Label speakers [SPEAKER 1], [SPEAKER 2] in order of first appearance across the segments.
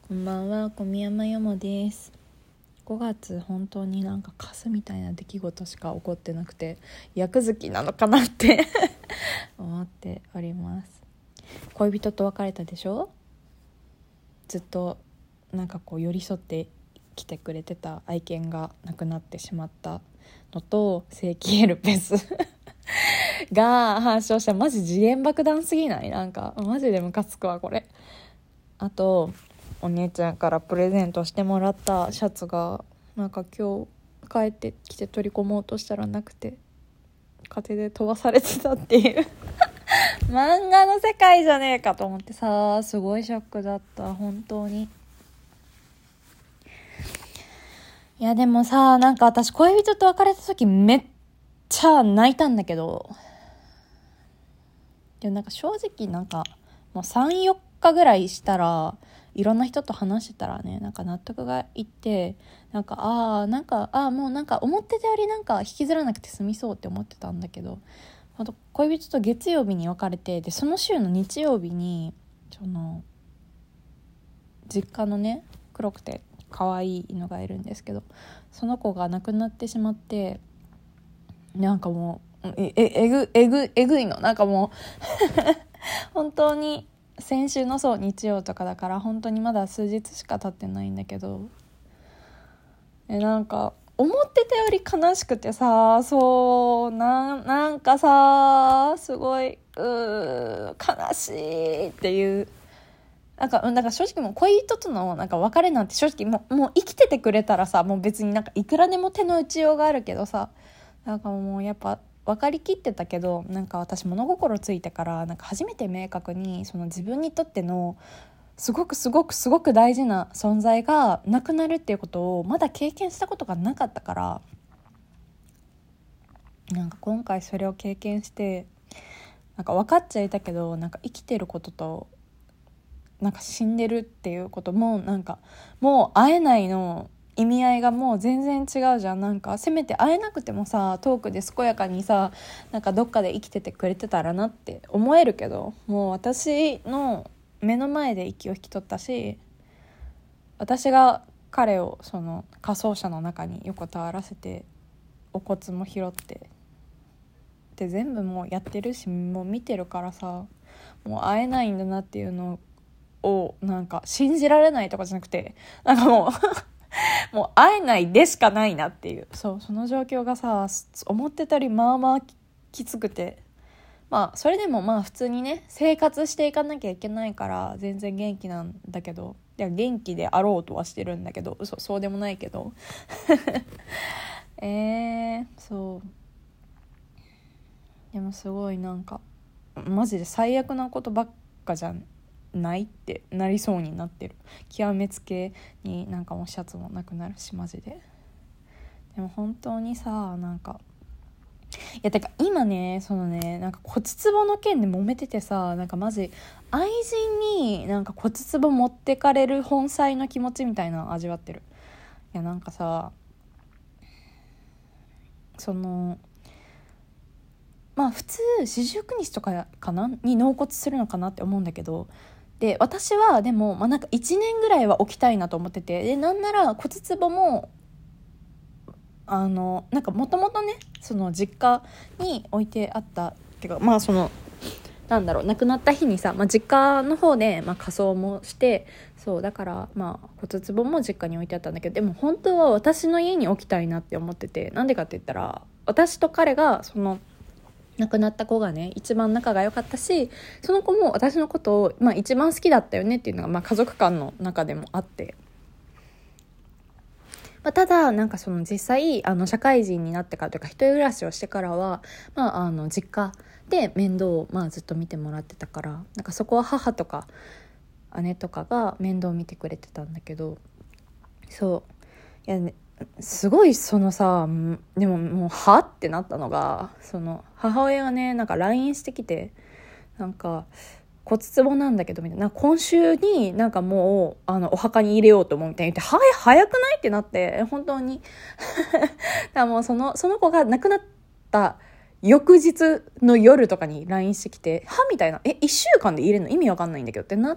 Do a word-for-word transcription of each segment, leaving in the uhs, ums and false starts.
[SPEAKER 1] こんばんは、小宮山よもです。ごがつ本当になんかカスみたいな出来事しか起こってなくて、役月なのかなって思っております。恋人と別れたでしょ。ずっとなんかこう寄り添ってきてくれてた愛犬が亡くなってしまったのと、正規エルペスが発症した。マジ時限爆弾すぎない？なんかマジでムカつくわこれ。あとお姉ちゃんからプレゼントしてもらったシャツがなんか今日帰ってきて取り込もうとしたらなくて、風で飛ばされてたっていう漫画の世界じゃねえかと思ってさ、すごいショックだった本当に。いやでもさ、なんか私恋人と別れた時めっちゃ泣いたんだけど、でもなんか正直なんかもうさん、よっかぐらいしたらいろんな人と話してたらね、なんか納得がいって、なんかああなんかああもうなんか思ってたよりなんか引きずらなくて済みそうって思ってたんだけど、ほんと恋人と月曜日に別れて、でその週の日曜日にその実家のね黒くて可愛い犬がいるんですけど、その子が亡くなってしまって、なんかもうえええぐえぐえぐいの、なんかもう本当に先週のそう日曜とかだから本当にまだ数日しか経ってないんだけど、えなんか思ってたより悲しくてさ、そうななんかさすごいうー悲しいっていう、なんかなんか正直もう恋人とのなんか別れなんて正直もう、もう生きててくれたらさ、もう別になんかいくらでも手の打ちようがあるけどさ、なんかもうやっぱ分かりきってたけど、なんか私物心ついてからなんか初めて明確にその自分にとってのすごくすごくすごく大事な存在がなくなるっていうことをまだ経験したことがなかったから、なんか今回それを経験してなんか分かっちゃいたけど、なんか生きてることとなんか死んでるっていうこともなんかもう会えないの意味合いがもう全然違うじゃん。なんかせめて会えなくてもさ、トークで健やかにさ、なんかどっかで生きててくれてたらなって思えるけど、もう私の目の前で息を引き取ったし、私が彼をその火葬車の中に横たわらせてお骨も拾ってで全部もうやってるし、もう見てるからさ、もう会えないんだなっていうのをなんか信じられないとかじゃなくて、なんかもうもう会えないでしかないなっていう、そうその状況がさ思ってたよりまあまあきつくて、まあそれでもまあ普通にね生活していかなきゃいけないから全然元気なんだけど、いや元気であろうとはしてるんだけど、そそうでもないけどえー、そうでもすごいなんかマジで最悪なことばっかじゃないってなりそうになってる。極めつけになんかもうシャツもなくなるしマジで。でも本当にさ、なんかいやてか今ねそのねなんか骨壺の件で揉めててさ、なんかマジ愛人になんか骨壺持ってかれる本妻の気持ちみたいなの味わってる。いやなんかさ、そのまあ普通四十九日とかかなに納骨するのかなって思うんだけど、で私はでもまあなんかいちねんぐらいは置きたいなと思ってて、でなんなら骨壺もあのなんかもともとねその実家に置いてあったっていうか、まあそのなんだろう亡くなった日にさ、まあ、実家の方で、まあ、仮装もして、そうだからまあ骨壺も実家に置いてあったんだけど、でも本当は私の家に置きたいなって思ってて、なんでかって言ったら私と彼がその亡くなった子がね一番仲が良かったし、その子も私のことを、まあ、一番好きだったよねっていうのが、まあ、家族間の中でもあって、まあ、ただなんかその実際あの社会人になってからというか一人暮らしをしてからは、まあ、あの実家で面倒を、まあ、ずっと見てもらってたから、なんかそこは母とか姉とかが面倒を見てくれてたんだけど、そういやねすごいそのさ、でももうはってなったのが、その母親がねなんか ライン してきて、なんか骨壺なんだけどみたいな、今週になんかもうあのお墓に入れようと思うみたいに言って、は早くないってなって、本当にだからもうそのその子が亡くなった翌日の夜とかに ライン してきて、はみたいな、え、いっしゅうかんで入れるの意味わかんないんだけどってなって、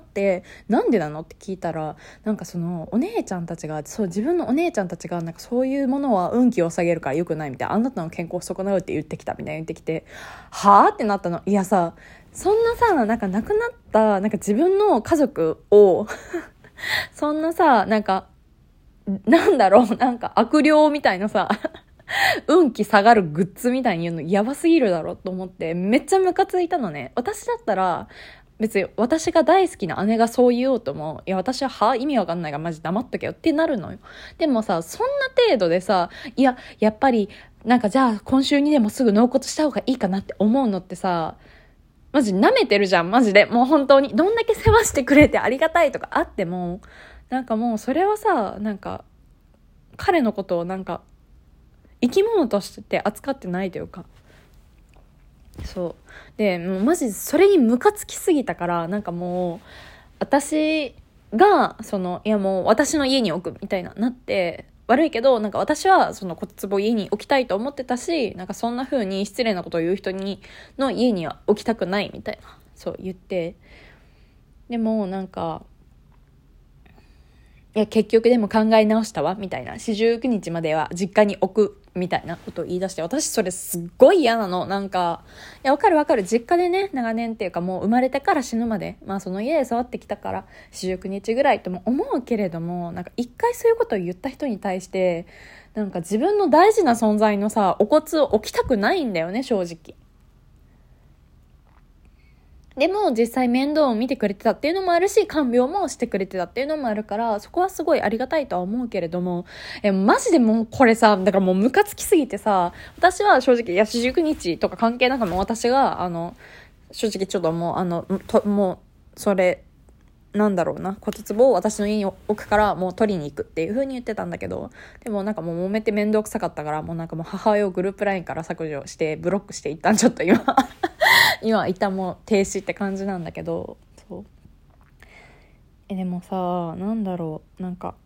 [SPEAKER 1] なんでなのって聞いたら、なんかそのお姉ちゃんたちが、そう、自分のお姉ちゃんたちが、なんかそういうものは運気を下げるから良くないみたいな、あなたの健康を損なうって言ってきたみたいな言ってきて、はぁってなったの。いやさ、そんなさ、なんか亡くなった、なんか自分の家族を、そんなさ、なんか、なんだろう、なんか悪霊みたいなさ、運気下がるグッズみたいに言うのやばすぎるだろと思って、めっちゃムカついたのね。私だったら、別に私が大好きな姉がそう言おうとも、いや私はは意味わかんないからマジ黙っとけよってなるのよ。でもさ、そんな程度でさ、いや、やっぱり、なんかじゃあ今週にでもすぐ納骨した方がいいかなって思うのってさ、マジ舐めてるじゃん、マジで。もう本当に。どんだけ世話してくれてありがたいとかあっても、なんかもうそれはさ、なんか、彼のことをなんか、生き物として扱ってないというか。そう。で、もうマジそれにムカつきすぎたから、なんかもう、私が、その、いやもう私の家に置くみたいな、なって、悪いけど、なんか私はその骨壺を家に置きたいと思ってたし、なんかそんな風に失礼なことを言う人に、の家には置きたくないみたいな、そう言って、でもなんか、いや結局でも考え直したわみたいな、四十九日までは実家に置くみたいなことを言い出して、私それすっごい嫌なの。なんか、いやわかるわかる、実家でね長年っていうかもう生まれてから死ぬまで、まあその家で育ってきたから四十九日ぐらいとも思うけれども、なんか一回そういうことを言った人に対してなんか自分の大事な存在のさお骨を置きたくないんだよね、正直。でも実際面倒を見てくれてたっていうのもあるし、看病もしてくれてたっていうのもあるから、そこはすごいありがたいとは思うけれども、えマジでもうこれさ、だからもうムカつきすぎてさ、私は正直、いや四十九日とか関係なくも私が、あの、正直ちょっともう、あの、ともう、それ、なんだろうな、骨壺を私の家に置くからもう取りに行くっていう風に言ってたんだけど、でもなんかもう揉めて面倒くさかったから、もうなんかもう母親をグループラインから削除してブロックして一旦ちょっと今今一旦もう停止って感じなんだけど、そうえでもさ、なんだろう、なんか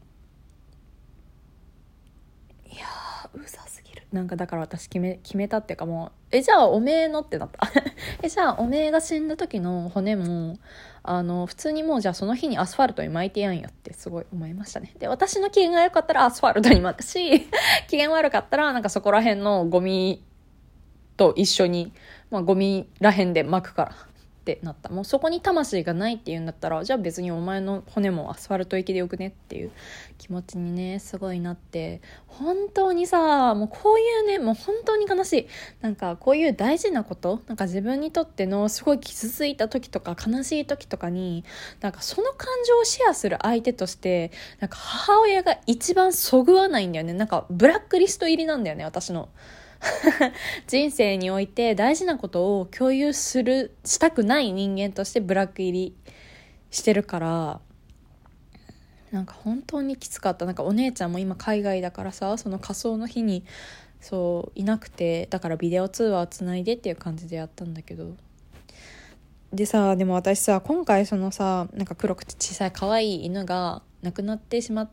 [SPEAKER 1] いやーうざすぎる。なんかだから私決め決めたっていうか、もうえじゃあおめえのってなったえじゃあおめえが死んだ時の骨もあの普通にもうじゃあその日にアスファルトに巻いてやんよってすごい思いましたね。で私の機嫌が良かったらアスファルトに巻くし機嫌悪かったらなんかそこら辺のゴミと一緒に、まあ、ゴミら辺で巻くからってなった。もうそこに魂がないっていうんだったら、じゃあ別にお前の骨もアスファルト行きでよくねっていう気持ちにねすごいなって、本当にさ、もうこういうね、もう本当に悲しい。なんかこういう大事なこと、なんか自分にとってのすごい傷ついた時とか悲しい時とかに、なんかその感情をシェアする相手としてなんか母親が一番そぐわないんだよね。なんかブラックリスト入りなんだよね、私の人生において大事なことを共有するしたくない人間としてブラック入りしてるから、なんか本当にきつかった。なんかお姉ちゃんも今海外だからさ、その火葬の日にそういなくて、だからビデオ通話をつないでっていう感じでやったんだけど、でさ、でも私さ今回そのさ、なんか黒くて小さい可愛い犬が亡くなってしまって、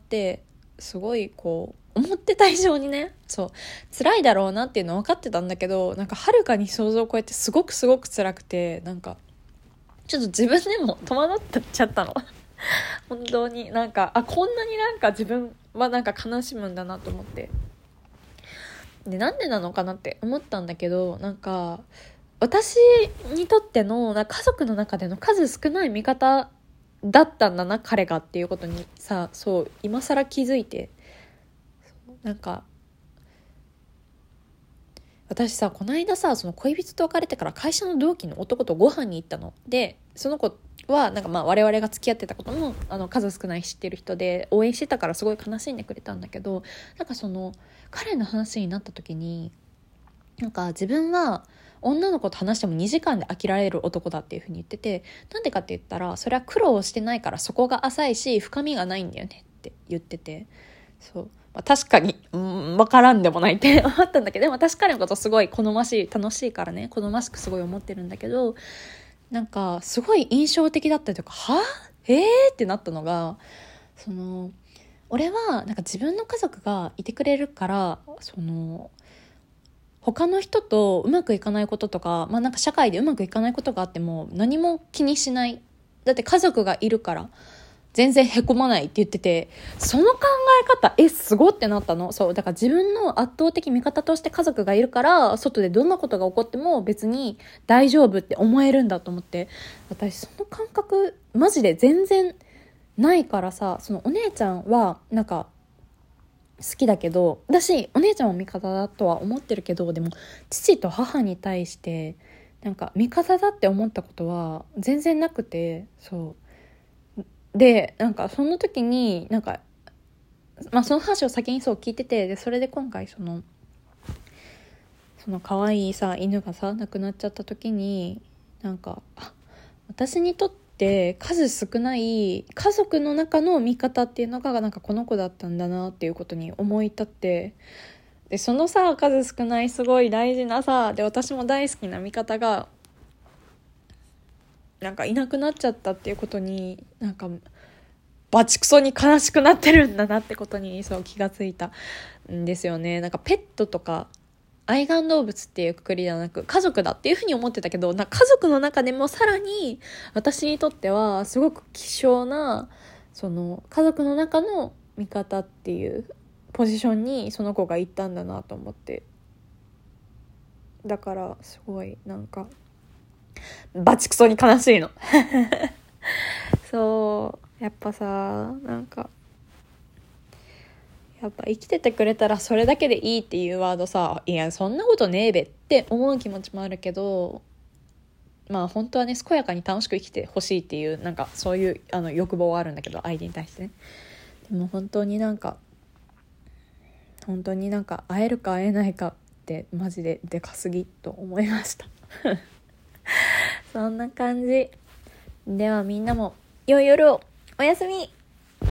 [SPEAKER 1] すごいこう思ってた以上にね、そう辛いだろうなっていうの分かってたんだけど、なんかはるかに想像を超えてすごくすごく辛くて、なんかちょっと自分でも戸惑っちゃったの本当になんか、あこんなになんか自分はなんか悲しむんだなと思って、でなんでなのかなって思ったんだけど、なんか私にとっての家族の中での数少ない味方だったんだな彼がっていうことにさ、そう今更気づいて、なんか私さこの間さ、その恋人と別れてから会社の同期の男とご飯に行ったので、その子はなんかまあ我々が付き合ってたこともあの数少ない知ってる人で応援してたからすごい悲しんでくれたんだけど、なんかその彼の話になった時に、なんか自分は女の子と話してもにじかんで飽きられる男だっていう風に言ってて、なんでかって言ったらそれは苦労してないからそこが浅いし深みがないんだよねって言ってて、そう、まあ、確かに、うん、分からんでもないって思ったんだけど、でも私彼のことすごい好ましい、楽しいからね、好ましくすごい思ってるんだけど、なんかすごい印象的だったりとか、はえーってなったのが、その俺はなんか自分の家族がいてくれるから、その他の人とうまくいかないこととか、まあなんか社会でうまくいかないことがあっても何も気にしない。だって家族がいるから全然へこまないって言ってて、その考え方、え、すごってなったの。そう。だから自分の圧倒的味方として家族がいるから、外でどんなことが起こっても別に大丈夫って思えるんだと思って、私その感覚、マジで全然ないからさ、そのお姉ちゃんは、なんか、好きだけど、私お姉ちゃんも味方だとは思ってるけど、でも父と母に対してなんか味方だって思ったことは全然なくて、そうで、なんかその時になんか、まあその話を先にそう聞いてて、でそれで今回そのその可愛いさ犬がさ亡くなっちゃった時に、なんかあ、私にとってで数少ない家族の中の味方っていうのがなんかこの子だったんだなっていうことに思い立って、でそのさ数少ないすごい大事なさで私も大好きな味方がなんかいなくなっちゃったっていうことになんかバチクソに悲しくなってるんだなってことにそう気がついたんですよね。なんかペットとか愛玩動物っていうくくりではなく家族だっていうふうに思ってたけど、なんか家族の中でもさらに私にとってはすごく希少なその家族の中の味方っていうポジションにその子が行ったんだなと思って、だからすごいなんかバチクソに悲しいのそうやっぱさ、なんかやっぱ生きててくれたらそれだけでいいっていうワードさ、いやそんなことねえべって思う気持ちもあるけど、まあ本当はね健やかに楽しく生きてほしいっていうなんかそういうあの欲望はあるんだけど、相手に対してね。でも本当になんか本当になんか会えるか会えないかってマジででかすぎと思いましたそんな感じではみんなも良い夜を。おやすみ。